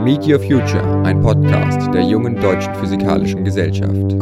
Meet Your Future, ein Podcast der Jungen Deutschen Physikalischen Gesellschaft.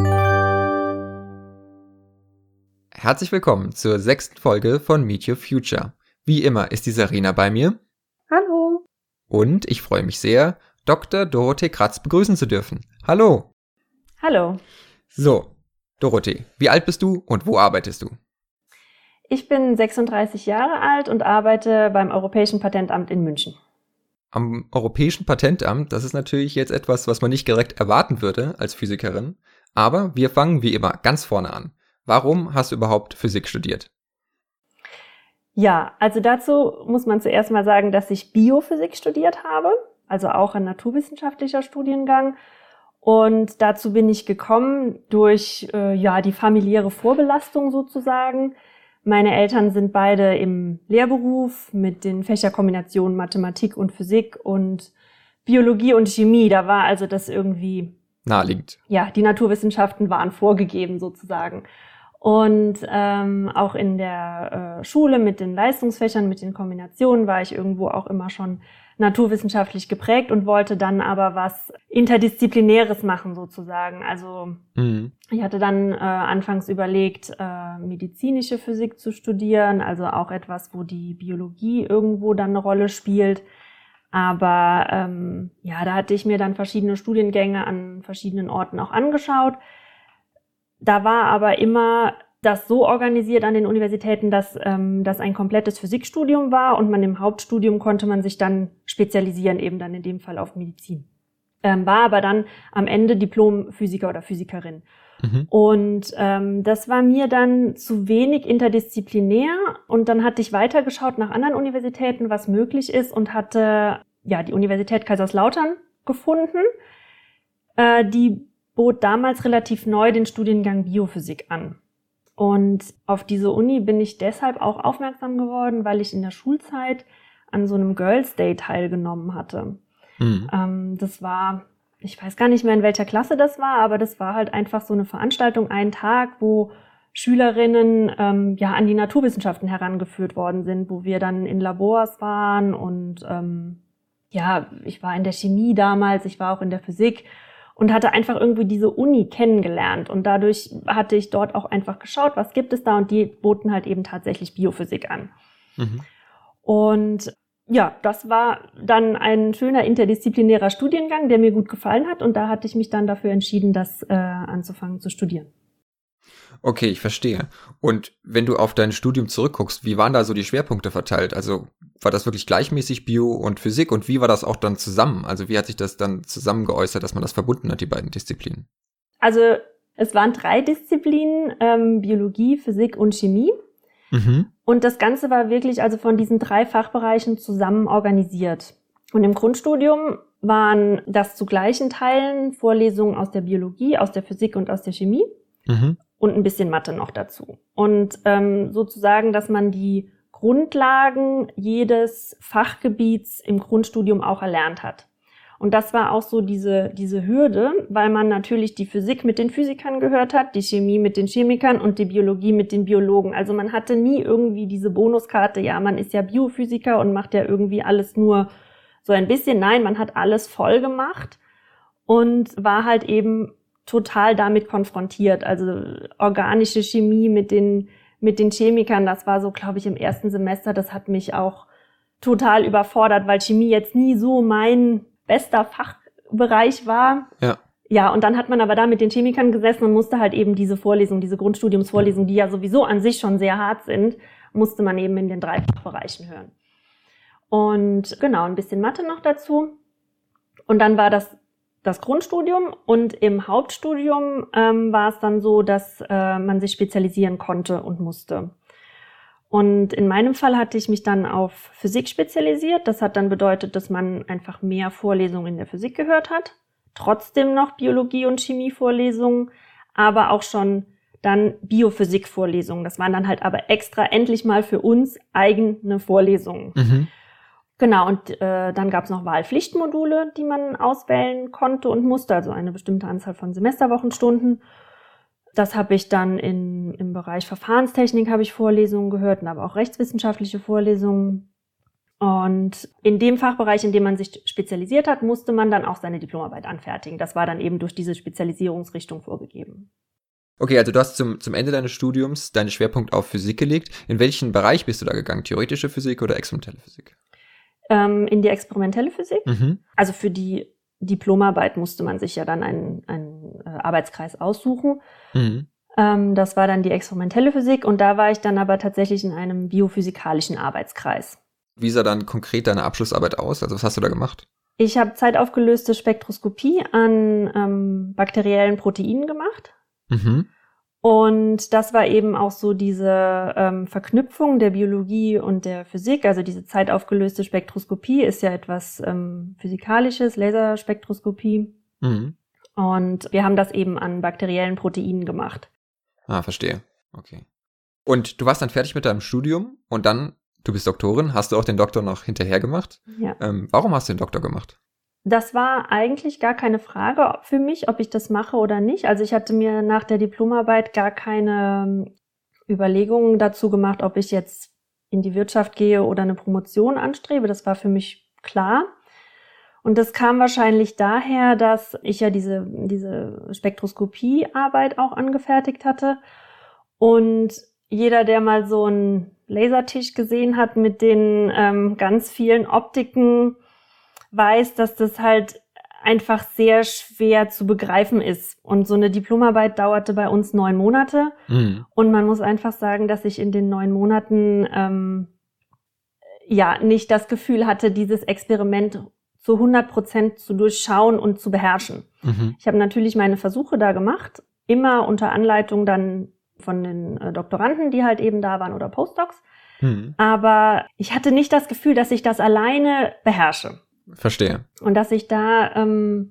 Herzlich willkommen zur 6. Folge von Meet Your Future. Wie immer ist die Sarina bei mir. Hallo. Und ich freue mich sehr, Dr. Dorothee Kratz begrüßen zu dürfen. Hallo. Hallo. So, Dorothee, wie alt bist du und wo arbeitest du? Ich bin 36 Jahre alt und arbeite beim Europäischen Patentamt in München. Am Europäischen Patentamt, das ist natürlich jetzt etwas, was man nicht direkt erwarten würde als Physikerin. Aber wir fangen wie immer ganz vorne an. Warum hast du überhaupt Physik studiert? Ja, also dazu muss man zuerst mal sagen, dass ich Biophysik studiert habe, also auch ein naturwissenschaftlicher Studiengang. Und dazu bin ich gekommen durch die familiäre Vorbelastung sozusagen. Meine Eltern sind beide im Lehrberuf mit den Fächerkombinationen Mathematik und Physik und Biologie und Chemie. Da war also das irgendwie naheliegend. Ja, die Naturwissenschaften waren vorgegeben sozusagen. Und auch in der Schule mit den Leistungsfächern, mit den Kombinationen war ich irgendwo auch immer schon naturwissenschaftlich geprägt und wollte dann aber was Interdisziplinäres machen sozusagen. Also ich hatte dann anfangs überlegt, medizinische Physik zu studieren, also auch etwas, wo die Biologie irgendwo dann eine Rolle spielt. Aber da hatte ich mir dann verschiedene Studiengänge an verschiedenen Orten auch angeschaut. Da war aber immer das so organisiert an den Universitäten, dass das ein komplettes Physikstudium war und man im Hauptstudium konnte man sich dann spezialisieren, eben dann in dem Fall auf Medizin. War aber dann am Ende Diplom-Physiker oder Physikerin. Und das war mir dann zu wenig interdisziplinär und dann hatte ich weitergeschaut nach anderen Universitäten, was möglich ist und hatte die Universität Kaiserslautern gefunden. Die bot damals relativ neu den Studiengang Biophysik an. Und auf diese Uni bin ich deshalb auch aufmerksam geworden, weil ich in der Schulzeit an so einem Girls' Day teilgenommen hatte. Das war, ich weiß gar nicht mehr, in welcher Klasse das war, aber das war halt einfach so eine Veranstaltung, einen Tag, wo Schülerinnen an die Naturwissenschaften herangeführt worden sind, wo wir dann in Labors waren und ich war in der Chemie damals, ich war auch in der Physik und hatte einfach irgendwie diese Uni kennengelernt. Und dadurch hatte ich dort auch einfach geschaut, was gibt es da? Und die boten halt eben tatsächlich Biophysik an. Und ja, das war dann ein schöner interdisziplinärer Studiengang, der mir gut gefallen hat. Und da hatte ich mich dann dafür entschieden, das anzufangen zu studieren. Okay, ich verstehe. Und wenn du auf dein Studium zurückguckst, wie waren da so die Schwerpunkte verteilt? Also war das wirklich gleichmäßig Bio und Physik und wie war das auch dann zusammen? Also wie hat sich das dann zusammen geäußert, dass man das verbunden hat, die beiden Disziplinen? Also es waren 3 Disziplinen, Biologie, Physik und Chemie. Und das Ganze war wirklich also von diesen 3 Fachbereichen zusammen organisiert. Und im Grundstudium waren das zu gleichen Teilen Vorlesungen aus der Biologie, aus der Physik und aus der Chemie. Und ein bisschen Mathe noch dazu. Und sozusagen, dass man die Grundlagen jedes Fachgebiets im Grundstudium auch erlernt hat. Und das war auch so diese Hürde, weil man natürlich die Physik mit den Physikern gehört hat, die Chemie mit den Chemikern und die Biologie mit den Biologen. Also man hatte nie irgendwie diese Bonuskarte, ja, man ist ja Biophysiker und macht ja irgendwie alles nur so ein bisschen. Nein, man hat alles voll gemacht und war halt eben total damit konfrontiert. Also organische Chemie mit den Chemikern, das war so, glaube ich, im ersten Semester, das hat mich auch total überfordert, weil Chemie jetzt nie so mein bester Fachbereich war. Ja, und dann hat man aber da mit den Chemikern gesessen und musste halt eben diese Vorlesung, diese Grundstudiumsvorlesung, die ja sowieso an sich schon sehr hart sind, musste man eben in den 3 Fachbereichen hören. Und genau, ein bisschen Mathe noch dazu. Und dann war das Grundstudium und im Hauptstudium war es dann so, dass man sich spezialisieren konnte und musste. Und in meinem Fall hatte ich mich dann auf Physik spezialisiert. Das hat dann bedeutet, dass man einfach mehr Vorlesungen in der Physik gehört hat. Trotzdem noch Biologie- und Chemie-Vorlesungen, aber auch schon dann Biophysik-Vorlesungen. Das waren dann halt aber extra endlich mal für uns eigene Vorlesungen. Genau, und dann gab es noch Wahlpflichtmodule, die man auswählen konnte und musste, also eine bestimmte Anzahl von Semesterwochenstunden. Das habe ich dann im Bereich Verfahrenstechnik habe ich Vorlesungen gehört, aber auch rechtswissenschaftliche Vorlesungen. Und in dem Fachbereich, in dem man sich spezialisiert hat, musste man dann auch seine Diplomarbeit anfertigen. Das war dann eben durch diese Spezialisierungsrichtung vorgegeben. Okay, also du hast zum Ende deines Studiums deinen Schwerpunkt auf Physik gelegt. In welchen Bereich bist du da gegangen? Theoretische Physik oder experimentelle Physik? In die experimentelle Physik. Also für die Diplomarbeit musste man sich ja dann einen Arbeitskreis aussuchen. Das war dann die experimentelle Physik und da war ich dann aber tatsächlich in einem biophysikalischen Arbeitskreis. Wie sah dann konkret deine Abschlussarbeit aus? Also was hast du da gemacht? Ich habe zeitaufgelöste Spektroskopie an bakteriellen Proteinen gemacht. Und das war eben auch so diese Verknüpfung der Biologie und der Physik. Also diese zeitaufgelöste Spektroskopie ist ja etwas Physikalisches, Laserspektroskopie. Und wir haben das eben an bakteriellen Proteinen gemacht. Ah, verstehe. Okay. Und du warst dann fertig mit deinem Studium und dann, du bist Doktorin, hast du auch den Doktor noch hinterher gemacht? Ja. Warum hast du den Doktor gemacht? Das war eigentlich gar keine Frage für mich, ob ich das mache oder nicht. Also ich hatte mir nach der Diplomarbeit gar keine Überlegungen dazu gemacht, ob ich jetzt in die Wirtschaft gehe oder eine Promotion anstrebe. Das war für mich klar. Und das kam wahrscheinlich daher, dass ich ja diese Spektroskopiearbeit auch angefertigt hatte. Und jeder, der mal so einen Lasertisch gesehen hat mit den ganz vielen Optiken, weiß, dass das halt einfach sehr schwer zu begreifen ist. Und so eine Diplomarbeit dauerte bei uns 9 Monate. Und man muss einfach sagen, dass ich in den 9 Monaten nicht das Gefühl hatte, dieses Experiment zu 100% zu durchschauen und zu beherrschen. Ich habe natürlich meine Versuche da gemacht, immer unter Anleitung dann von den Doktoranden, die halt eben da waren, oder Postdocs. Aber ich hatte nicht das Gefühl, dass ich das alleine beherrsche. Verstehe. Und dass ich da,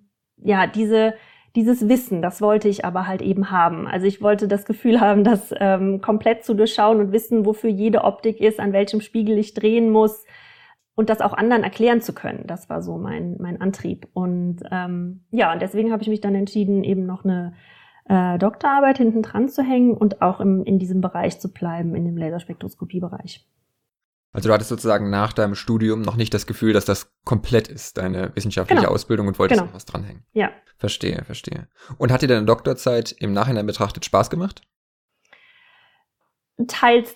dieses Wissen, das wollte ich aber halt eben haben. Also ich wollte das Gefühl haben, das komplett zu durchschauen und wissen, wofür jede Optik ist, an welchem Spiegel ich drehen muss und das auch anderen erklären zu können. Das war so mein Antrieb. Und und deswegen habe ich mich dann entschieden, eben noch eine Doktorarbeit hinten dran zu hängen und auch in diesem Bereich zu bleiben, in dem Laserspektroskopie-Bereich. Also du hattest sozusagen nach deinem Studium noch nicht das Gefühl, dass das komplett ist, deine wissenschaftliche Ausbildung, und wolltest noch was dranhängen. Ja. Verstehe. Und hat dir deine Doktorzeit im Nachhinein betrachtet Spaß gemacht? Teils.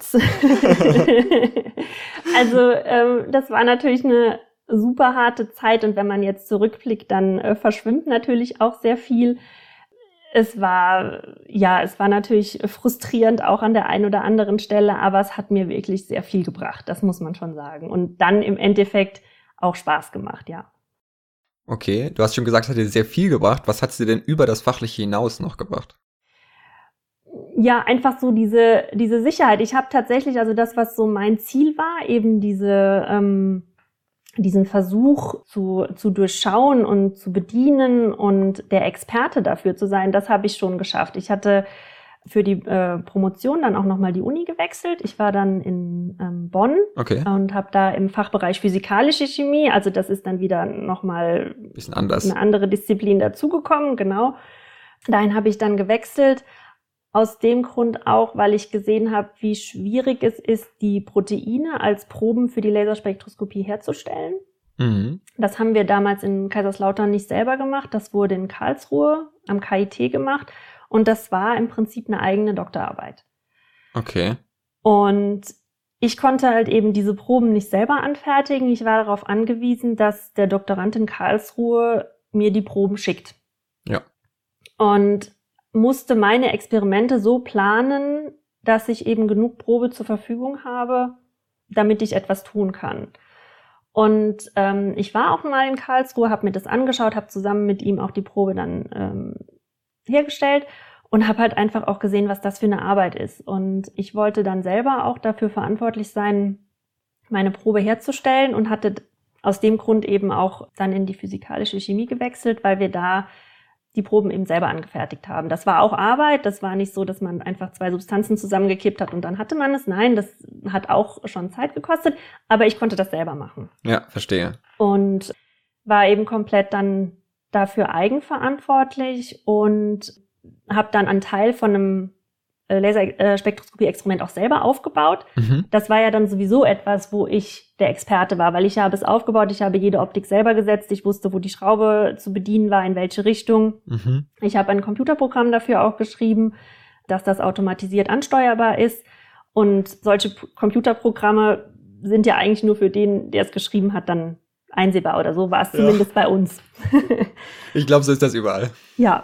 Also das war natürlich eine super harte Zeit und wenn man jetzt zurückblickt, dann verschwimmt natürlich auch sehr viel. Es war natürlich frustrierend auch an der einen oder anderen Stelle, aber es hat mir wirklich sehr viel gebracht, das muss man schon sagen. Und dann im Endeffekt auch Spaß gemacht, ja. Okay, du hast schon gesagt, es hat dir sehr viel gebracht. Was hat es dir denn über das Fachliche hinaus noch gebracht? Ja, einfach so diese Sicherheit. Ich habe tatsächlich, also das, was so mein Ziel war, eben diesen Versuch zu durchschauen und zu bedienen und der Experte dafür zu sein, das habe ich schon geschafft. Ich hatte für die Promotion dann auch nochmal die Uni gewechselt. Ich war dann in Bonn und habe da im Fachbereich Physikalische Chemie, also das ist dann wieder nochmal bisschen anders, eine andere Disziplin dazugekommen, genau. Dahin habe ich dann gewechselt. Aus dem Grund auch, weil ich gesehen habe, wie schwierig es ist, die Proteine als Proben für die Laserspektroskopie herzustellen. Das haben wir damals in Kaiserslautern nicht selber gemacht. Das wurde in Karlsruhe am KIT gemacht. Und das war im Prinzip eine eigene Doktorarbeit. Okay. Und ich konnte halt eben diese Proben nicht selber anfertigen. Ich war darauf angewiesen, dass der Doktorand in Karlsruhe mir die Proben schickt. Ja. Und musste meine Experimente so planen, dass ich eben genug Probe zur Verfügung habe, damit ich etwas tun kann. Und ich war auch mal in Karlsruhe, habe mir das angeschaut, habe zusammen mit ihm auch die Probe dann hergestellt und habe halt einfach auch gesehen, was das für eine Arbeit ist. Und ich wollte dann selber auch dafür verantwortlich sein, meine Probe herzustellen und hatte aus dem Grund eben auch dann in die physikalische Chemie gewechselt, weil wir da die Proben eben selber angefertigt haben. Das war auch Arbeit, das war nicht so, dass man einfach 2 Substanzen zusammengekippt hat und dann hatte man es. Nein, das hat auch schon Zeit gekostet, aber ich konnte das selber machen. Ja, verstehe. Und war eben komplett dann dafür eigenverantwortlich und habe dann einen Teil von einem Laserspektroskopie-Experiment auch selber aufgebaut. Das war ja dann sowieso etwas, wo ich der Experte war, weil ich habe es aufgebaut, ich habe jede Optik selber gesetzt, ich wusste, wo die Schraube zu bedienen war, in welche Richtung. Ich habe ein Computerprogramm dafür auch geschrieben, dass das automatisiert ansteuerbar ist. Und solche Computerprogramme sind ja eigentlich nur für den, der es geschrieben hat, dann einsehbar oder so war es zumindest bei uns. Ich glaube, so ist das überall. Ja.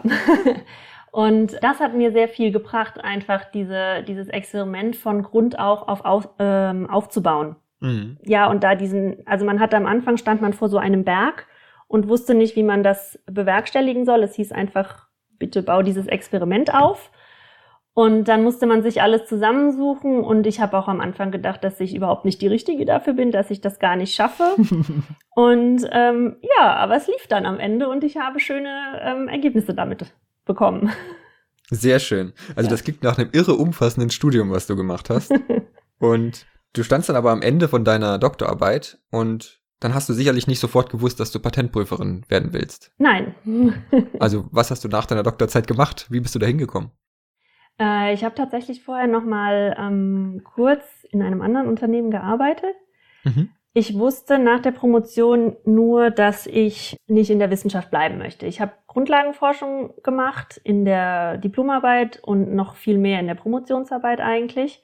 Und das hat mir sehr viel gebracht, einfach dieses Experiment von Grund auf aufzubauen. Ja, und da man hat am Anfang stand man vor so einem Berg und wusste nicht, wie man das bewerkstelligen soll. Es hieß einfach, bitte bau dieses Experiment auf. Und dann musste man sich alles zusammensuchen und ich habe auch am Anfang gedacht, dass ich überhaupt nicht die Richtige dafür bin, dass ich das gar nicht schaffe. Und aber es lief dann am Ende und ich habe schöne Ergebnisse damit bekommen. Sehr schön. Also das klingt nach einem irre umfassenden Studium, was du gemacht hast. Und du standst dann aber am Ende von deiner Doktorarbeit und dann hast du sicherlich nicht sofort gewusst, dass du Patentprüferin werden willst. Nein. Also was hast du nach deiner Doktorzeit gemacht? Wie bist du da hingekommen? Ich habe tatsächlich vorher noch mal kurz in einem anderen Unternehmen gearbeitet. Ich wusste nach der Promotion nur, dass ich nicht in der Wissenschaft bleiben möchte. Ich habe Grundlagenforschung gemacht in der Diplomarbeit und noch viel mehr in der Promotionsarbeit eigentlich.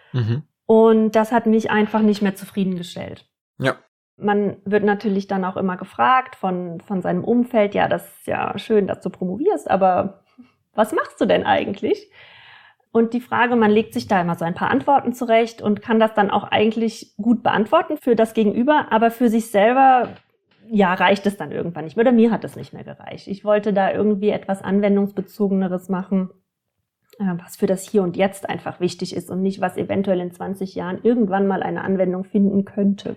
Und das hat mich einfach nicht mehr zufriedengestellt. Ja. Man wird natürlich dann auch immer gefragt von seinem Umfeld, ja, das ist ja schön, dass du promovierst, aber was machst du denn eigentlich? Und die Frage, man legt sich da immer so ein paar Antworten zurecht und kann das dann auch eigentlich gut beantworten für das Gegenüber, aber für sich selber, ja, reicht es dann irgendwann nicht mehr. Oder mir hat es nicht mehr gereicht. Ich wollte da irgendwie etwas Anwendungsbezogeneres machen, was für das Hier und Jetzt einfach wichtig ist und nicht, was eventuell in 20 Jahren irgendwann mal eine Anwendung finden könnte.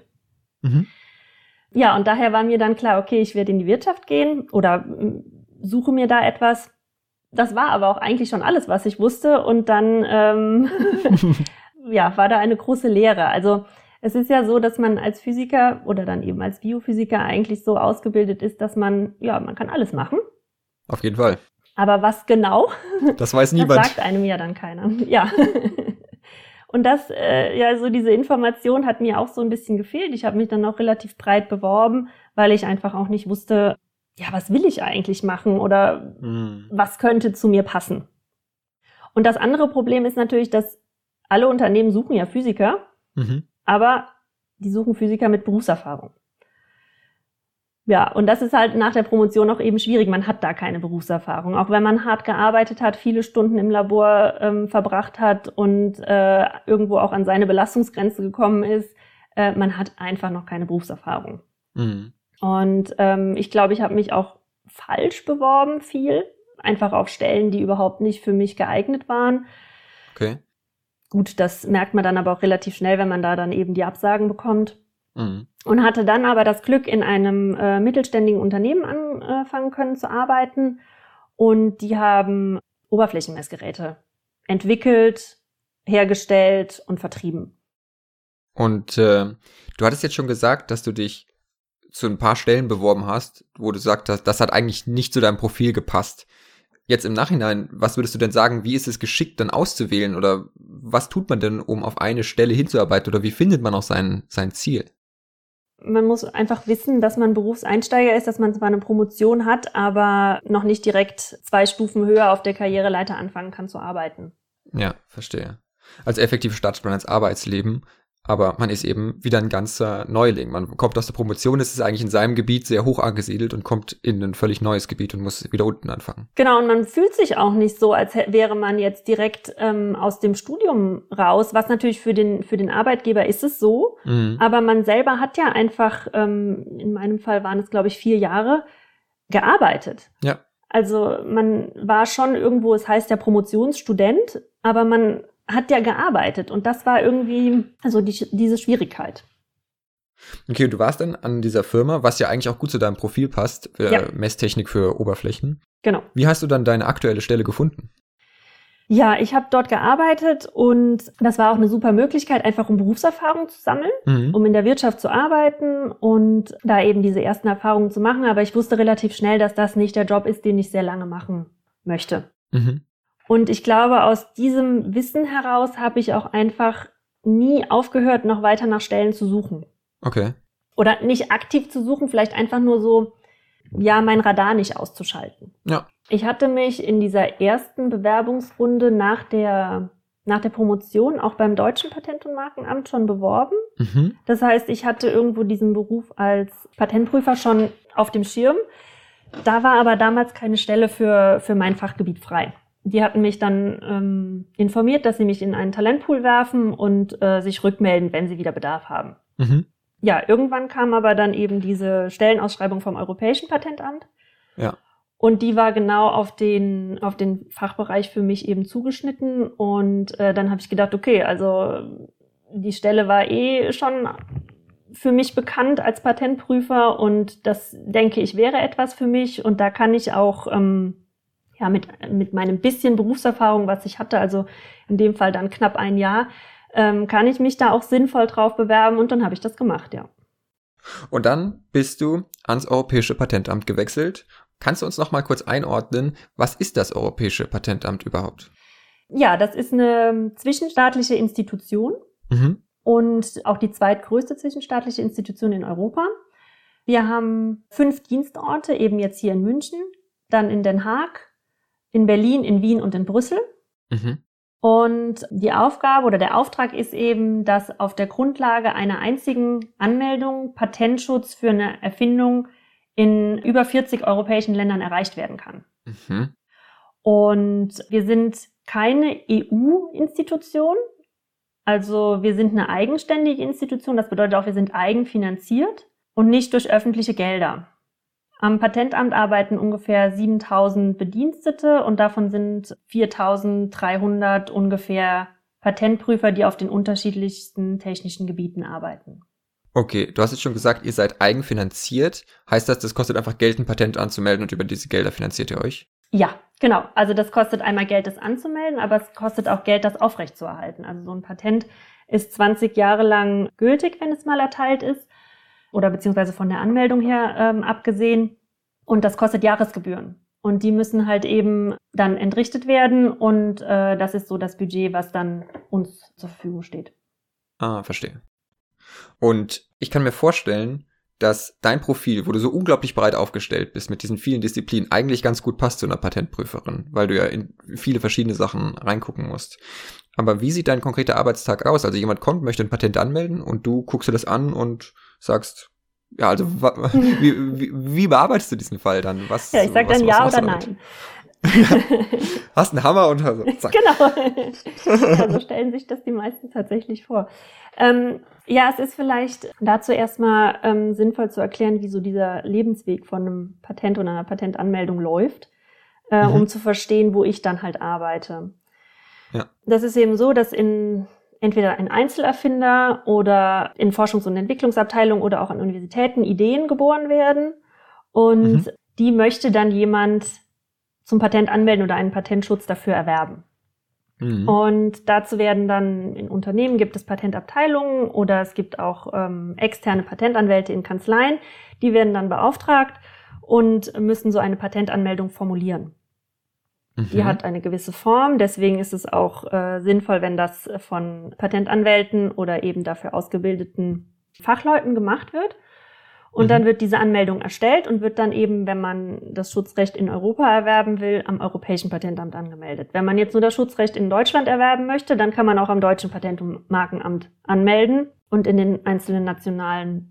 Ja, und daher war mir dann klar, okay, ich werde in die Wirtschaft gehen oder suche mir da etwas. Das war aber auch eigentlich schon alles, was ich wusste. Und dann war da eine große Leere. Also es ist ja so, dass man als Physiker oder dann eben als Biophysiker eigentlich so ausgebildet ist, dass man kann alles machen. Auf jeden Fall. Aber was genau? Das weiß niemand. Das sagt einem ja dann keiner. Ja. Und das, so diese Information hat mir auch so ein bisschen gefehlt. Ich habe mich dann auch relativ breit beworben, weil ich einfach auch nicht wusste, ja, was will ich eigentlich machen oder was könnte zu mir passen? Und das andere Problem ist natürlich, dass alle Unternehmen suchen ja Physiker, aber die suchen Physiker mit Berufserfahrung. Ja, und das ist halt nach der Promotion auch eben schwierig. Man hat da keine Berufserfahrung. Auch wenn man hart gearbeitet hat, viele Stunden im Labor verbracht hat und irgendwo auch an seine Belastungsgrenze gekommen ist, man hat einfach noch keine Berufserfahrung. Und ich glaube, ich habe mich auch falsch beworben, viel. Einfach auf Stellen, die überhaupt nicht für mich geeignet waren. Okay. Gut, das merkt man dann aber auch relativ schnell, wenn man da dann eben die Absagen bekommt. Und hatte dann aber das Glück, in einem mittelständigen Unternehmen anfangen können zu arbeiten. Und die haben Oberflächenmessgeräte entwickelt, hergestellt und vertrieben. Und du hattest jetzt schon gesagt, dass du dich zu ein paar Stellen beworben hast, wo du sagst, das hat eigentlich nicht zu deinem Profil gepasst. Jetzt im Nachhinein, was würdest du denn sagen, wie ist es geschickt, dann auszuwählen? Oder was tut man denn, um auf eine Stelle hinzuarbeiten? Oder wie findet man auch sein Ziel? Man muss einfach wissen, dass man Berufseinsteiger ist, dass man zwar eine Promotion hat, aber noch nicht direkt 2 Stufen höher auf der Karriereleiter anfangen kann zu arbeiten. Ja, verstehe. Also effektiv startet man ins Arbeitsleben, aber man ist eben wieder ein ganzer Neuling. Man kommt aus der Promotion, ist eigentlich in seinem Gebiet sehr hoch angesiedelt und kommt in ein völlig neues Gebiet und muss wieder unten anfangen. Genau, und man fühlt sich auch nicht so, als wäre man jetzt direkt aus dem Studium raus, was natürlich für den Arbeitgeber ist es so, aber man selber hat ja einfach, in meinem Fall waren es, glaube ich, 4 Jahre, gearbeitet. Ja. Also man war schon irgendwo, es heißt ja Promotionsstudent, aber man hat ja gearbeitet und das war irgendwie also diese Schwierigkeit. Okay, du warst dann an dieser Firma, was ja eigentlich auch gut zu deinem Profil passt, Messtechnik für Oberflächen. Genau. Wie hast du dann deine aktuelle Stelle gefunden? Ja, ich habe dort gearbeitet und das war auch eine super Möglichkeit, einfach um Berufserfahrung zu sammeln, um in der Wirtschaft zu arbeiten und da eben diese ersten Erfahrungen zu machen. Aber ich wusste relativ schnell, dass das nicht der Job ist, den ich sehr lange machen möchte. Und ich glaube, aus diesem Wissen heraus habe ich auch einfach nie aufgehört, noch weiter nach Stellen zu suchen. Okay. Oder nicht aktiv zu suchen, vielleicht einfach nur so, mein Radar nicht auszuschalten. Ja. Ich hatte mich in dieser ersten Bewerbungsrunde nach der Promotion auch beim Deutschen Patent- und Markenamt schon beworben. Mhm. Das heißt, ich hatte irgendwo diesen Beruf als Patentprüfer schon auf dem Schirm. Da war aber damals keine Stelle für mein Fachgebiet frei. Die hatten mich dann informiert, dass sie mich in einen Talentpool werfen und sich rückmelden, wenn sie wieder Bedarf haben. Mhm. Ja, irgendwann kam aber dann eben diese Stellenausschreibung vom Europäischen Patentamt. Ja. Und die war genau auf den Fachbereich für mich eben zugeschnitten. Und dann habe ich gedacht, okay, also die Stelle war schon für mich bekannt als Patentprüfer und das, denke ich, wäre etwas für mich. Und da kann ich auch mit meinem bisschen Berufserfahrung, was ich hatte, also in dem Fall dann knapp ein Jahr, kann ich mich da auch sinnvoll drauf bewerben. Und dann habe ich das gemacht, ja. Und dann bist du ans Europäische Patentamt gewechselt. Kannst du uns noch mal kurz einordnen, was ist das Europäische Patentamt überhaupt? Ja, das ist eine zwischenstaatliche Institution und auch die zweitgrößte zwischenstaatliche Institution in Europa. Wir haben 5 Dienstorte, eben jetzt hier in München, dann in Den Haag, in Berlin, in Wien und in Brüssel. Mhm. Und die Aufgabe oder der Auftrag ist eben, dass auf der Grundlage einer einzigen Anmeldung Patentschutz für eine Erfindung in über 40 europäischen Ländern erreicht werden kann. Mhm. Und wir sind keine EU-Institution, also wir sind eine eigenständige Institution, das bedeutet auch, wir sind eigenfinanziert und nicht durch öffentliche Gelder. Am Patentamt arbeiten ungefähr 7.000 Bedienstete und davon sind 4.300 ungefähr Patentprüfer, die auf den unterschiedlichsten technischen Gebieten arbeiten. Okay, du hast jetzt schon gesagt, ihr seid eigenfinanziert. Heißt das kostet einfach Geld, ein Patent anzumelden und über diese Gelder finanziert ihr euch? Ja, genau. Also das kostet einmal Geld, das anzumelden, aber es kostet auch Geld, das aufrechtzuerhalten. Also so ein Patent ist 20 Jahre lang gültig, wenn es mal erteilt ist. Oder beziehungsweise von der Anmeldung her abgesehen. Und das kostet Jahresgebühren. Und die müssen halt eben dann entrichtet werden. Und das ist so das Budget, was dann uns zur Verfügung steht. Ah, verstehe. Und ich kann mir vorstellen, dass dein Profil, wo du so unglaublich breit aufgestellt bist mit diesen vielen Disziplinen, eigentlich ganz gut passt zu einer Patentprüferin, weil du ja in viele verschiedene Sachen reingucken musst. Aber wie sieht dein konkreter Arbeitstag aus? Also jemand kommt, möchte ein Patent anmelden und du guckst dir das an und sagst, ja, also wie bearbeitest du diesen Fall dann? Ich sag dann ja oder nein. Hast einen Hammer und also, zack. Genau. Ja, so stellen sich das die meisten tatsächlich vor. Es ist vielleicht dazu erstmal sinnvoll zu erklären, wie so dieser Lebensweg von einem Patent oder einer Patentanmeldung läuft, um zu verstehen, wo ich dann halt arbeite. Ja. Das ist eben so, dass entweder ein Einzelerfinder oder in Forschungs- und Entwicklungsabteilungen oder auch an Universitäten Ideen geboren werden. Und die möchte dann jemand zum Patent anmelden oder einen Patentschutz dafür erwerben. Mhm. Und dazu werden dann in Unternehmen gibt es Patentabteilungen oder es gibt auch externe Patentanwälte in Kanzleien. Die werden dann beauftragt und müssen so eine Patentanmeldung formulieren. Die hat eine gewisse Form, deswegen ist es auch sinnvoll, wenn das von Patentanwälten oder eben dafür ausgebildeten Fachleuten gemacht wird. Und dann wird diese Anmeldung erstellt und wird dann eben, wenn man das Schutzrecht in Europa erwerben will, am Europäischen Patentamt angemeldet. Wenn man jetzt nur das Schutzrecht in Deutschland erwerben möchte, dann kann man auch am Deutschen Patent- und Markenamt anmelden. Und in den einzelnen nationalen,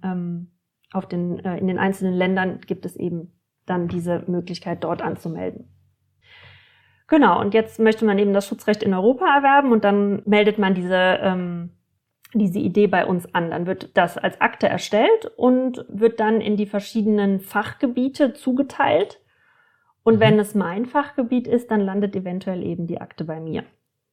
in den einzelnen Ländern gibt es eben dann diese Möglichkeit, dort anzumelden. Genau, und jetzt möchte man eben das Schutzrecht in Europa erwerben und dann meldet man diese Idee bei uns an. Dann wird das als Akte erstellt und wird dann in die verschiedenen Fachgebiete zugeteilt. Und wenn es mein Fachgebiet ist, dann landet eventuell eben die Akte bei mir.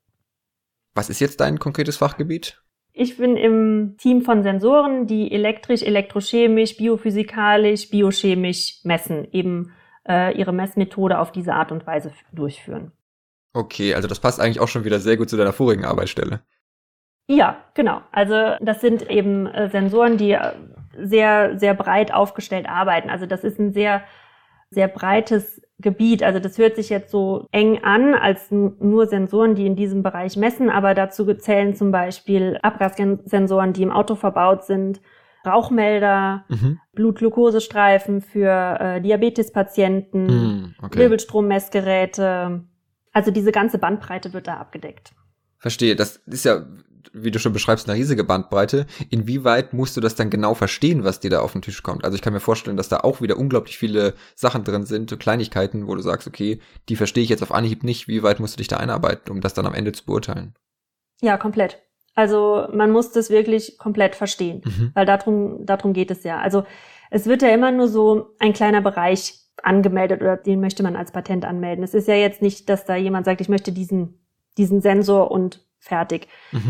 Was ist jetzt dein konkretes Fachgebiet? Ich bin im Team von Sensoren, die elektrisch, elektrochemisch, biophysikalisch, biochemisch messen, eben ihre Messmethode auf diese Art und Weise durchführen. Okay, also das passt eigentlich auch schon wieder sehr gut zu deiner vorigen Arbeitsstelle. Ja, genau. Also das sind eben Sensoren, die sehr, sehr breit aufgestellt arbeiten. Also das ist ein sehr sehr breites Gebiet. Also das hört sich jetzt so eng an als nur Sensoren, die in diesem Bereich messen, aber dazu zählen zum Beispiel Abgassensoren, die im Auto verbaut sind, Rauchmelder, Blutglukosestreifen für Diabetespatienten, Wirbelstrommessgeräte. Also diese ganze Bandbreite wird da abgedeckt. Verstehe. Das ist ja, wie du schon beschreibst, eine riesige Bandbreite. Inwieweit musst du das dann genau verstehen, was dir da auf den Tisch kommt? Also ich kann mir vorstellen, dass da auch wieder unglaublich viele Sachen drin sind, so Kleinigkeiten, wo du sagst, okay, die verstehe ich jetzt auf Anhieb nicht. Wie weit musst du dich da einarbeiten, um das dann am Ende zu beurteilen? Ja, komplett. Also man muss das wirklich komplett verstehen, weil darum geht es ja. Also es wird ja immer nur so ein kleiner Bereich angemeldet oder den möchte man als Patent anmelden. Es ist ja jetzt nicht, dass da jemand sagt, ich möchte diesen Sensor und fertig.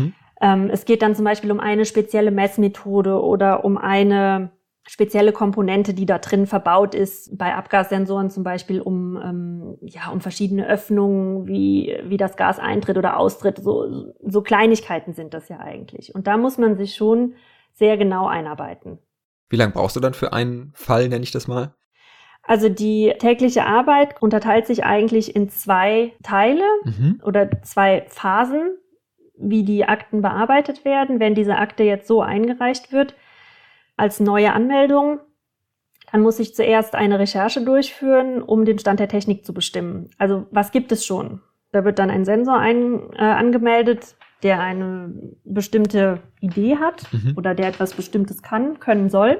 Es geht dann zum Beispiel um eine spezielle Messmethode oder um eine spezielle Komponente, die da drin verbaut ist. Bei Abgassensoren zum Beispiel um verschiedene Öffnungen, wie das Gas eintritt oder austritt. So Kleinigkeiten sind das ja eigentlich. Und da muss man sich schon sehr genau einarbeiten. Wie lange brauchst du dann für einen Fall, nenne ich das mal? Also die tägliche Arbeit unterteilt sich eigentlich in 2 Teile oder 2 Phasen, wie die Akten bearbeitet werden. Wenn diese Akte jetzt so eingereicht wird als neue Anmeldung, dann muss ich zuerst eine Recherche durchführen, um den Stand der Technik zu bestimmen. Also was gibt es schon? Da wird dann ein Sensor angemeldet, der eine bestimmte Idee hat oder der etwas Bestimmtes können soll.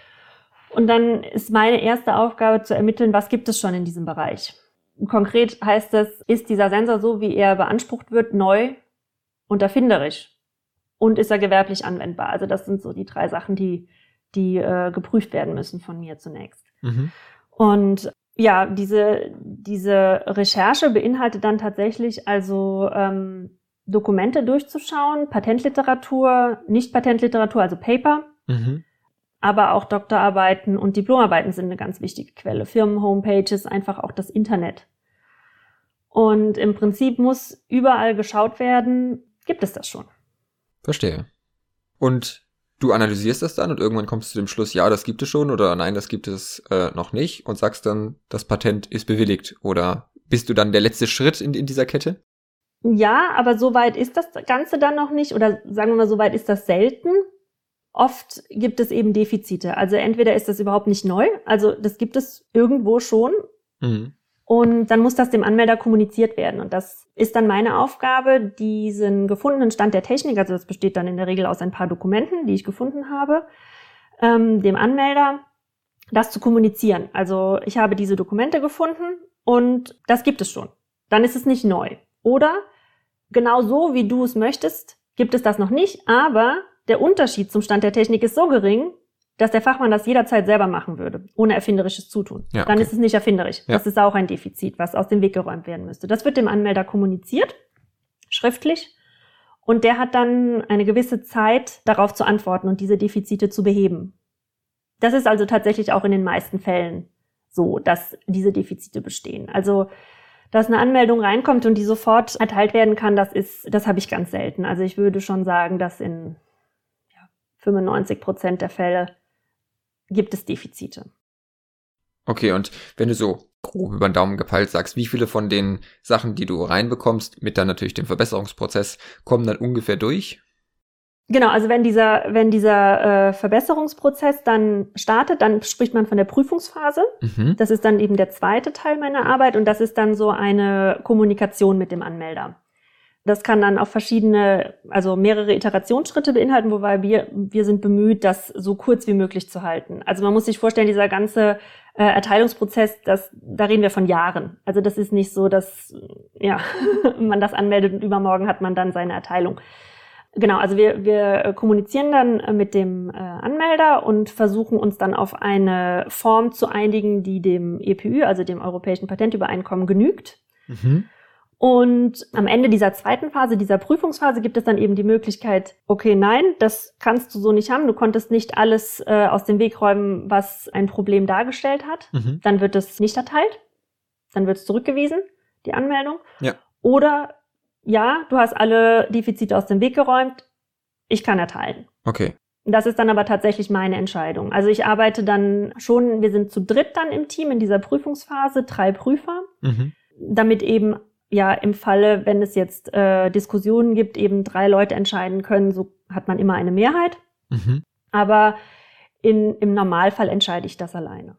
Und dann ist meine erste Aufgabe zu ermitteln, was gibt es schon in diesem Bereich. Konkret heißt das, ist dieser Sensor so, wie er beansprucht wird, neu und erfinderisch? Und ist er gewerblich anwendbar? Also das sind so die 3 Sachen, die geprüft werden müssen von mir zunächst. Und ja, diese Recherche beinhaltet dann tatsächlich also Dokumente durchzuschauen, Patentliteratur, Nicht-Patentliteratur, also Paper, aber auch Doktorarbeiten und Diplomarbeiten sind eine ganz wichtige Quelle. Firmen-Homepages, einfach auch das Internet. Und im Prinzip muss überall geschaut werden, gibt es das schon. Verstehe. Und du analysierst das dann und irgendwann kommst du zu dem Schluss, ja, das gibt es schon oder nein, das gibt es noch nicht und sagst dann, das Patent ist bewilligt. Oder bist du dann der letzte Schritt in dieser Kette? Ja, aber so weit ist das Ganze dann noch nicht oder sagen wir mal, so weit ist das selten. Oft gibt es eben Defizite. Also entweder ist das überhaupt nicht neu, also das gibt es irgendwo schon und dann muss das dem Anmelder kommuniziert werden. Und das ist dann meine Aufgabe, diesen gefundenen Stand der Technik, also das besteht dann in der Regel aus ein paar Dokumenten, die ich gefunden habe, dem Anmelder das zu kommunizieren. Also ich habe diese Dokumente gefunden und das gibt es schon. Dann ist es nicht neu. Oder genau so, wie du es möchtest, gibt es das noch nicht, aber der Unterschied zum Stand der Technik ist so gering, dass der Fachmann das jederzeit selber machen würde, ohne erfinderisches Zutun. Ja, okay. Dann ist es nicht erfinderisch. Ja. Das ist auch ein Defizit, was aus dem Weg geräumt werden müsste. Das wird dem Anmelder kommuniziert, schriftlich, und der hat dann eine gewisse Zeit, darauf zu antworten und diese Defizite zu beheben. Das ist also tatsächlich auch in den meisten Fällen so, dass diese Defizite bestehen. Also dass eine Anmeldung reinkommt und die sofort erteilt werden kann, das habe ich ganz selten. Also ich würde schon sagen, dass in 95% der Fälle gibt es Defizite. Okay, und wenn du so grob über den Daumen gepeilt sagst, wie viele von den Sachen, die du reinbekommst, mit dann natürlich dem Verbesserungsprozess, kommen dann ungefähr durch? Genau, also wenn dieser Verbesserungsprozess dann startet, dann spricht man von der Prüfungsphase. Das ist dann eben der zweite Teil meiner Arbeit und das ist dann so eine Kommunikation mit dem Anmelder. Das kann dann auch mehrere Iterationsschritte beinhalten, wobei wir sind bemüht, das so kurz wie möglich zu halten. Also man muss sich vorstellen, dieser ganze Erteilungsprozess, da reden wir von Jahren. Also das ist nicht so, dass man das anmeldet und übermorgen hat man dann seine Erteilung. Genau, also wir kommunizieren dann mit dem Anmelder und versuchen uns dann auf eine Form zu einigen, die dem EPÜ, also dem Europäischen Patentübereinkommen, genügt. Und am Ende dieser zweiten Phase, dieser Prüfungsphase, gibt es dann eben die Möglichkeit, okay, nein, das kannst du so nicht haben. Du konntest nicht alles aus dem Weg räumen, was ein Problem dargestellt hat. Dann wird es nicht erteilt. Dann wird es zurückgewiesen, die Anmeldung. Ja. Oder, ja, du hast alle Defizite aus dem Weg geräumt. Ich kann erteilen. Okay. Das ist dann aber tatsächlich meine Entscheidung. Also ich arbeite dann schon, wir sind zu dritt dann im Team in dieser Prüfungsphase, 3 Prüfer, damit eben ja im Falle, wenn es jetzt Diskussionen gibt, eben 3 Leute entscheiden können, so hat man immer eine Mehrheit. Aber im Normalfall entscheide ich das alleine.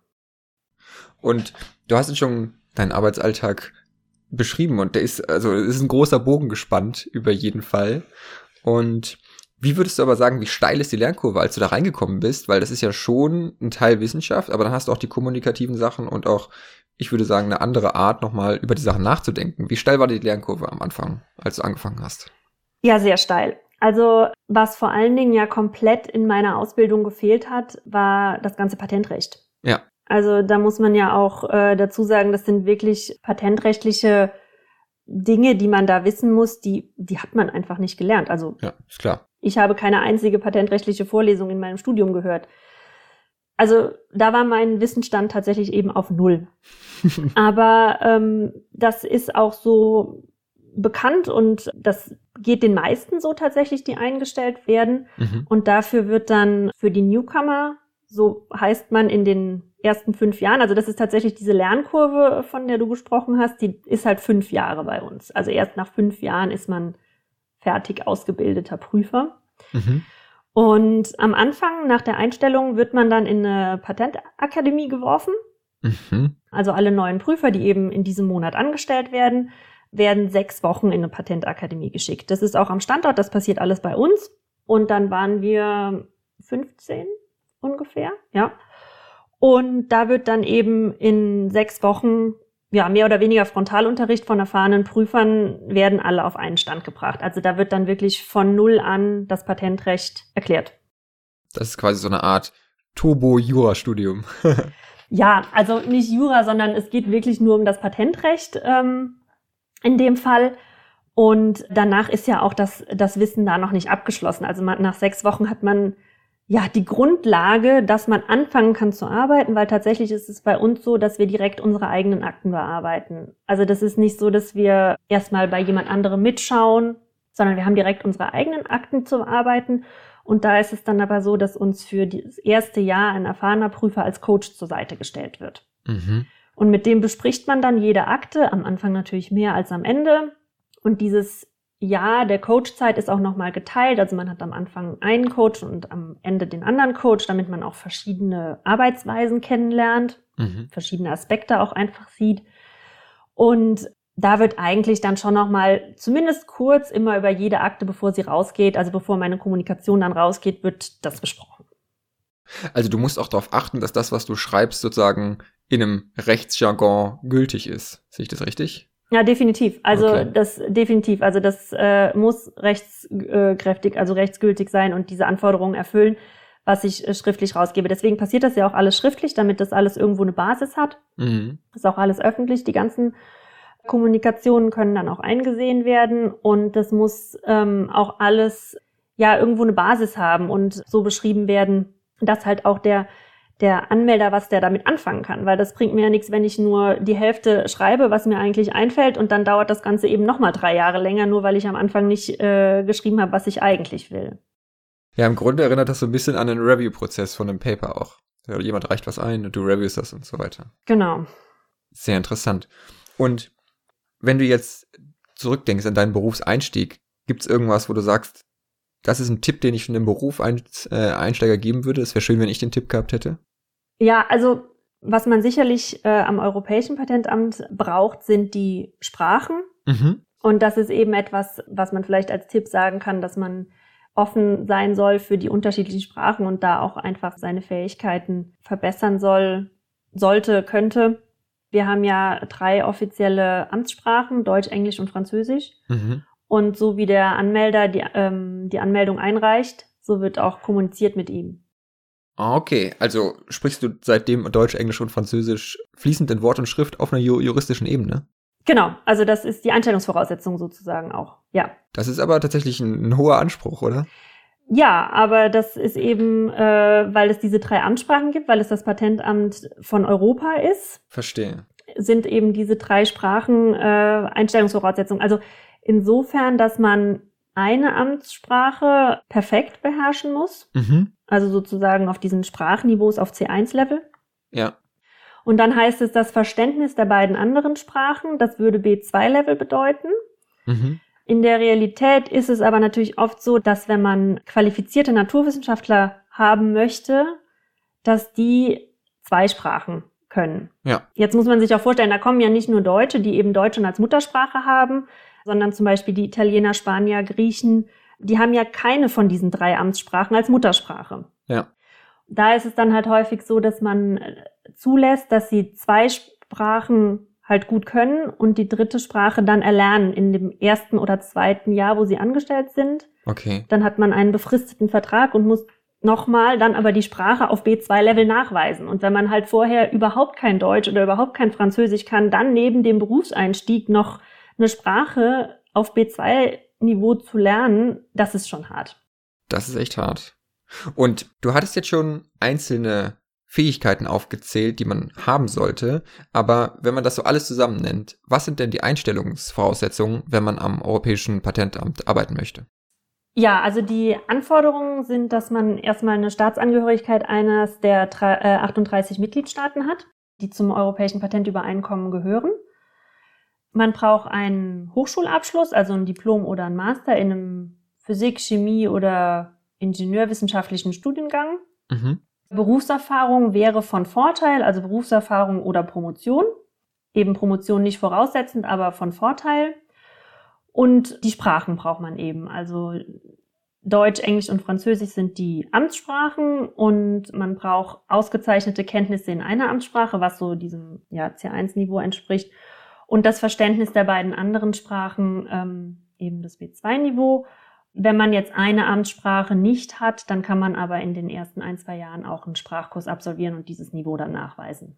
Und du hast jetzt schon deinen Arbeitsalltag beschrieben und es ist ein großer Bogen gespannt über jeden Fall. Und wie würdest du aber sagen, wie steil ist die Lernkurve, als du da reingekommen bist? Weil das ist ja schon ein Teil Wissenschaft, aber dann hast du auch die kommunikativen Sachen und auch, ich würde sagen, eine andere Art, nochmal über die Sachen nachzudenken. Wie steil war die Lernkurve am Anfang, als du angefangen hast? Ja, sehr steil. Also was vor allen Dingen ja komplett in meiner Ausbildung gefehlt hat, war das ganze Patentrecht. Ja. Also da muss man ja auch dazu sagen, das sind wirklich patentrechtliche Dinge, die man da wissen muss, die hat man einfach nicht gelernt. Also ja, ist klar. Ich habe keine einzige patentrechtliche Vorlesung in meinem Studium gehört. Also da war mein Wissensstand tatsächlich eben auf 0. Aber das ist auch so bekannt und das geht den meisten so tatsächlich, die eingestellt werden. Und dafür wird dann für die Newcomer, so heißt man in den ersten 5 Jahren, also das ist tatsächlich diese Lernkurve, von der du gesprochen hast, die ist halt 5 Jahre bei uns. Also erst nach 5 Jahren ist man fertig ausgebildeter Prüfer. Und am Anfang, nach der Einstellung, wird man dann in eine Patentakademie geworfen. Also alle neuen Prüfer, die eben in diesem Monat angestellt werden, werden 6 Wochen in eine Patentakademie geschickt. Das ist auch am Standort, das passiert alles bei uns. Und dann waren wir 15 ungefähr, ja. Und da wird dann eben in 6 Wochen, ja, mehr oder weniger Frontalunterricht von erfahrenen Prüfern, werden alle auf einen Stand gebracht. Also da wird dann wirklich von 0 an das Patentrecht erklärt. Das ist quasi so eine Art Turbo-Jura-Studium. Ja, also nicht Jura, sondern es geht wirklich nur um das Patentrecht in dem Fall. Und danach ist ja auch das Wissen da noch nicht abgeschlossen. Also nach 6 Wochen hat man ja die Grundlage, dass man anfangen kann zu arbeiten, weil tatsächlich ist es bei uns so, dass wir direkt unsere eigenen Akten bearbeiten. Also das ist nicht so, dass wir erstmal bei jemand anderem mitschauen, sondern wir haben direkt unsere eigenen Akten zu bearbeiten. Und da ist es dann aber so, dass uns für das erste Jahr ein erfahrener Prüfer als Coach zur Seite gestellt wird. Und mit dem bespricht man dann jede Akte, am Anfang natürlich mehr als am Ende. Und dieses Jahr der Coachzeit ist auch nochmal geteilt. Also man hat am Anfang einen Coach und am Ende den anderen Coach, damit man auch verschiedene Arbeitsweisen kennenlernt, verschiedene Aspekte auch einfach sieht. Und da wird eigentlich dann schon nochmal, zumindest kurz, immer über jede Akte, bevor sie rausgeht, also bevor meine Kommunikation dann rausgeht, wird das besprochen. Also du musst auch darauf achten, dass das, was du schreibst, sozusagen in einem Rechtsjargon gültig ist. Sehe ich das richtig? Ja, definitiv. Also okay. Das muss rechtskräftig, also rechtsgültig sein und diese Anforderungen erfüllen, was ich schriftlich rausgebe. Deswegen passiert das ja auch alles schriftlich, damit das alles irgendwo eine Basis hat. Das ist auch alles öffentlich. Die ganzen Kommunikationen können dann auch eingesehen werden und das muss auch alles ja irgendwo eine Basis haben und so beschrieben werden, dass halt auch der Anmelder, was der damit anfangen kann. Weil das bringt mir ja nichts, wenn ich nur die Hälfte schreibe, was mir eigentlich einfällt und dann dauert das Ganze eben nochmal 3 Jahre länger, nur weil ich am Anfang nicht geschrieben habe, was ich eigentlich will. Ja, im Grunde erinnert das so ein bisschen an den Review-Prozess von einem Paper auch. Jemand reicht was ein und du reviewst das und so weiter. Genau. Sehr interessant. Und wenn du jetzt zurückdenkst an deinen Berufseinstieg, gibt es irgendwas, wo du sagst, das ist ein Tipp, den ich schon im Beruf Einsteiger geben würde? Es wäre schön, wenn ich den Tipp gehabt hätte. Ja, also was man sicherlich am Europäischen Patentamt braucht, sind die Sprachen. Und das ist eben etwas, was man vielleicht als Tipp sagen kann, dass man offen sein soll für die unterschiedlichen Sprachen und da auch einfach seine Fähigkeiten verbessern könnte. Wir haben ja 3 offizielle Amtssprachen, Deutsch, Englisch und Französisch. Und so wie der Anmelder die Anmeldung einreicht, so wird auch kommuniziert mit ihm. Okay, also sprichst du seitdem Deutsch, Englisch und Französisch fließend in Wort und Schrift auf einer juristischen Ebene? Genau, also das ist die Einstellungsvoraussetzung sozusagen auch, ja. Das ist aber tatsächlich ein hoher Anspruch, oder? Ja, aber das ist eben, weil es diese 3 Amtssprachen gibt, weil es das Patentamt von Europa ist. Verstehe. Sind eben diese 3 Sprachen Einstellungsvoraussetzungen. Also insofern, dass man eine Amtssprache perfekt beherrschen muss. Mhm. Also sozusagen auf diesen Sprachniveaus auf C1-Level. Ja. Und dann heißt es, das Verständnis der beiden anderen Sprachen, das würde B2-Level bedeuten. Mhm. In der Realität ist es aber natürlich oft so, dass wenn man qualifizierte Naturwissenschaftler haben möchte, dass die 2 Sprachen können. Ja. Jetzt muss man sich auch vorstellen, da kommen ja nicht nur Deutsche, die eben Deutsch schon als Muttersprache haben, sondern zum Beispiel die Italiener, Spanier, Griechen, die haben ja keine von diesen 3 Amtssprachen als Muttersprache. Ja. Da ist es dann halt häufig so, dass man zulässt, dass sie 2 Sprachen halt gut können und die 3. Sprache dann erlernen in dem 1. oder 2. Jahr, wo sie angestellt sind. Okay. Dann hat man einen befristeten Vertrag und muss nochmal dann aber die Sprache auf B2-Level nachweisen. Und wenn man halt vorher überhaupt kein Deutsch oder überhaupt kein Französisch kann, dann neben dem Berufseinstieg noch eine Sprache auf B2-Niveau zu lernen, das ist schon hart. Das ist echt hart. Und du hattest jetzt schon einzelne Fähigkeiten aufgezählt, die man haben sollte. Aber wenn man das so alles zusammen nennt, was sind denn die Einstellungsvoraussetzungen, wenn man am Europäischen Patentamt arbeiten möchte? Ja, also die Anforderungen sind, dass man erstmal eine Staatsangehörigkeit eines der 38 Mitgliedstaaten hat, die zum Europäischen Patentübereinkommen gehören. Man braucht einen Hochschulabschluss, also ein Diplom oder ein Master in einem Physik-, Chemie- oder Ingenieurwissenschaftlichen Studiengang. Mhm. Berufserfahrung wäre von Vorteil, also Berufserfahrung oder Promotion. Eben Promotion nicht voraussetzend, aber von Vorteil. Und die Sprachen braucht man eben. Also Deutsch, Englisch und Französisch sind die Amtssprachen und man braucht ausgezeichnete Kenntnisse in einer Amtssprache, was so diesem C1-Niveau entspricht. Und das Verständnis der beiden anderen Sprachen, eben das B2-Niveau. Wenn man jetzt eine Amtssprache nicht hat, dann kann man aber in den ersten 1-2 Jahren auch einen Sprachkurs absolvieren und dieses Niveau dann nachweisen.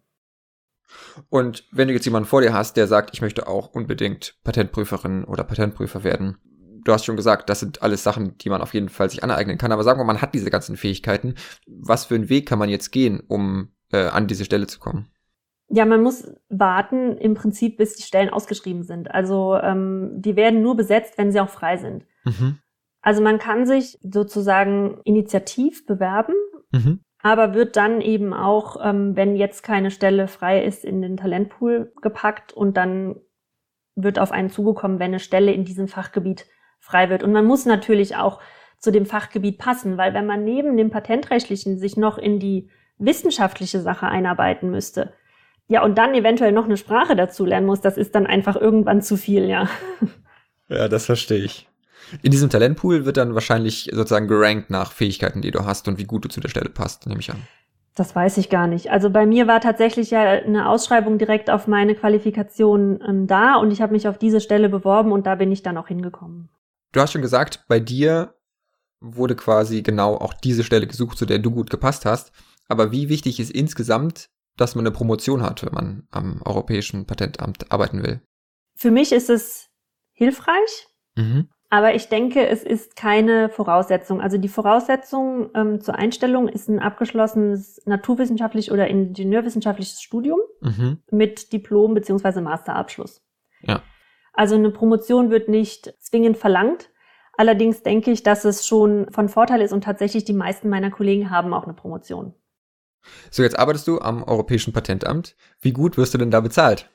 Und wenn du jetzt jemanden vor dir hast, der sagt, ich möchte auch unbedingt Patentprüferin oder Patentprüfer werden, du hast schon gesagt, das sind alles Sachen, die man auf jeden Fall sich aneignen kann, aber sagen wir mal, man hat diese ganzen Fähigkeiten. Was für einen Weg kann man jetzt gehen, um an diese Stelle zu kommen? Ja, man muss warten im Prinzip, bis die Stellen ausgeschrieben sind. Also die werden nur besetzt, wenn sie auch frei sind. Mhm. Also man kann sich sozusagen initiativ bewerben, aber wird dann eben auch, wenn jetzt keine Stelle frei ist, in den Talentpool gepackt und dann wird auf einen zugekommen, wenn eine Stelle in diesem Fachgebiet frei wird. Und man muss natürlich auch zu dem Fachgebiet passen, weil wenn man neben dem Patentrechtlichen sich noch in die wissenschaftliche Sache einarbeiten müsste, ja, und dann eventuell noch eine Sprache dazu lernen muss, das ist dann einfach irgendwann zu viel, ja. Ja, das verstehe ich. In diesem Talentpool wird dann wahrscheinlich sozusagen gerankt nach Fähigkeiten, die du hast und wie gut du zu der Stelle passt, nehme ich an. Das weiß ich gar nicht. Also bei mir war tatsächlich ja eine Ausschreibung direkt auf meine Qualifikation da und ich habe mich auf diese Stelle beworben und da bin ich dann auch hingekommen. Du hast schon gesagt, bei dir wurde quasi genau auch diese Stelle gesucht, zu der du gut gepasst hast. Aber wie wichtig ist insgesamt, dass man eine Promotion hat, wenn man am Europäischen Patentamt arbeiten will? Für mich ist es hilfreich. Aber ich denke, es ist keine Voraussetzung. Also die Voraussetzung zur Einstellung ist ein abgeschlossenes naturwissenschaftliches oder ingenieurwissenschaftliches Studium mit Diplom- bzw. Masterabschluss. Ja. Also eine Promotion wird nicht zwingend verlangt. Allerdings denke ich, dass es schon von Vorteil ist und tatsächlich die meisten meiner Kollegen haben auch eine Promotion. So, jetzt arbeitest du am Europäischen Patentamt. Wie gut wirst du denn da bezahlt?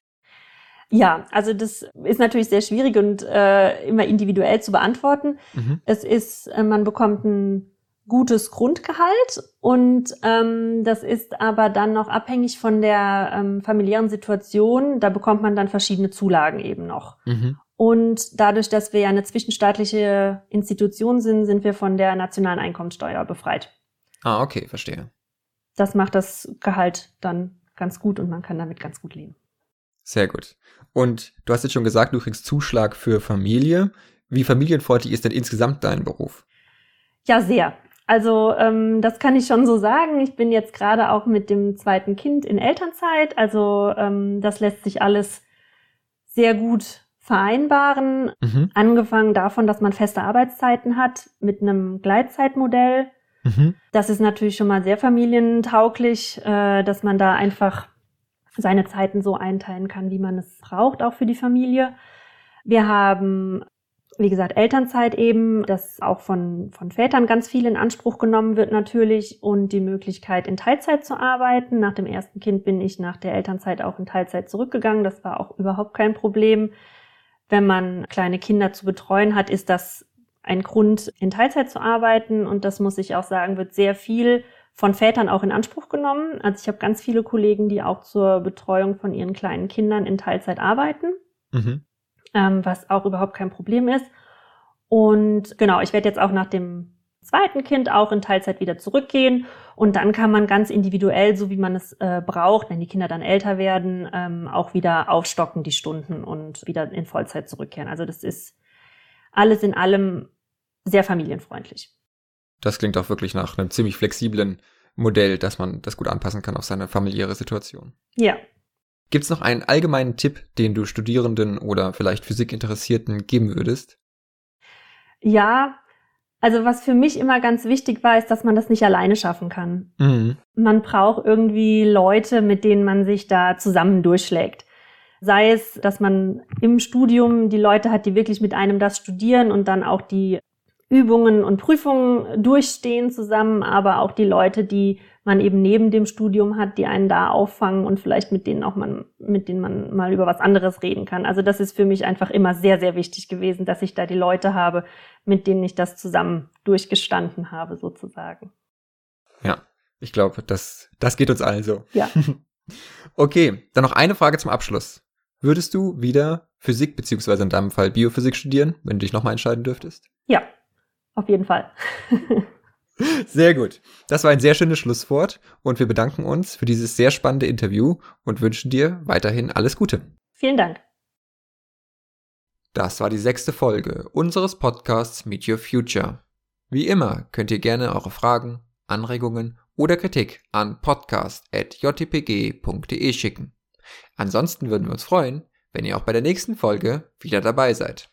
Ja, also das ist natürlich sehr schwierig und immer individuell zu beantworten. Es ist, man bekommt ein gutes Grundgehalt und das ist aber dann noch abhängig von der familiären Situation. Da bekommt man dann verschiedene Zulagen eben noch. Und dadurch, dass wir ja eine zwischenstaatliche Institution sind, sind wir von der nationalen Einkommensteuer befreit. Ah, okay, verstehe. Das macht das Gehalt dann ganz gut und man kann damit ganz gut leben. Sehr gut. Und du hast jetzt schon gesagt, du kriegst Zuschlag für Familie. Wie familienfreundlich ist denn insgesamt dein Beruf? Ja, sehr. Also das kann ich schon so sagen. Ich bin jetzt gerade auch mit dem 2. Kind in Elternzeit. Also das lässt sich alles sehr gut vereinbaren. Angefangen davon, dass man feste Arbeitszeiten hat mit einem Gleitzeitmodell. Das ist natürlich schon mal sehr familientauglich, dass man da einfach seine Zeiten so einteilen kann, wie man es braucht, auch für die Familie. Wir haben wie gesagt, Elternzeit eben, das auch von Vätern ganz viel in Anspruch genommen wird natürlich und die Möglichkeit, in Teilzeit zu arbeiten. Nach dem ersten Kind bin ich nach der Elternzeit auch in Teilzeit zurückgegangen. Das war auch überhaupt kein Problem. Wenn man kleine Kinder zu betreuen hat, ist das ein Grund, in Teilzeit zu arbeiten. Und das muss ich auch sagen, wird sehr viel von Vätern auch in Anspruch genommen. Also ich habe ganz viele Kollegen, die auch zur Betreuung von ihren kleinen Kindern in Teilzeit arbeiten, was auch überhaupt kein Problem ist. Und genau, ich werde jetzt auch nach dem zweiten Kind auch in Teilzeit wieder zurückgehen. Und dann kann man ganz individuell, so wie man es braucht, wenn die Kinder dann älter werden, auch wieder aufstocken die Stunden und wieder in Vollzeit zurückkehren. Also das ist alles in allem sehr familienfreundlich. Das klingt auch wirklich nach einem ziemlich flexiblen Modell, dass man das gut anpassen kann auf seine familiäre Situation. Ja. Gibt's noch einen allgemeinen Tipp, den du Studierenden oder vielleicht Physikinteressierten geben würdest? Ja, also was für mich immer ganz wichtig war, ist, dass man das nicht alleine schaffen kann. Man braucht irgendwie Leute, mit denen man sich da zusammen durchschlägt. Sei es, dass man im Studium die Leute hat, die wirklich mit einem das studieren und dann auch die Übungen und Prüfungen durchstehen zusammen, aber auch die Leute, die man eben neben dem Studium hat, die einen da auffangen und vielleicht mit denen man mal über was anderes reden kann. Also das ist für mich einfach immer sehr, sehr wichtig gewesen, dass ich da die Leute habe, mit denen ich das zusammen durchgestanden habe, sozusagen. Ja, ich glaube, das geht uns allen so. Ja. Okay, dann noch eine Frage zum Abschluss. Würdest du wieder Physik beziehungsweise in deinem Fall Biophysik studieren, wenn du dich nochmal entscheiden dürftest? Ja, auf jeden Fall. Sehr gut. Das war ein sehr schönes Schlusswort und wir bedanken uns für dieses sehr spannende Interview und wünschen dir weiterhin alles Gute. Vielen Dank. Das war die 6. Folge unseres Podcasts Meet Your Future. Wie immer könnt ihr gerne eure Fragen, Anregungen oder Kritik an podcast@jpg.de schicken. Ansonsten würden wir uns freuen, wenn ihr auch bei der nächsten Folge wieder dabei seid.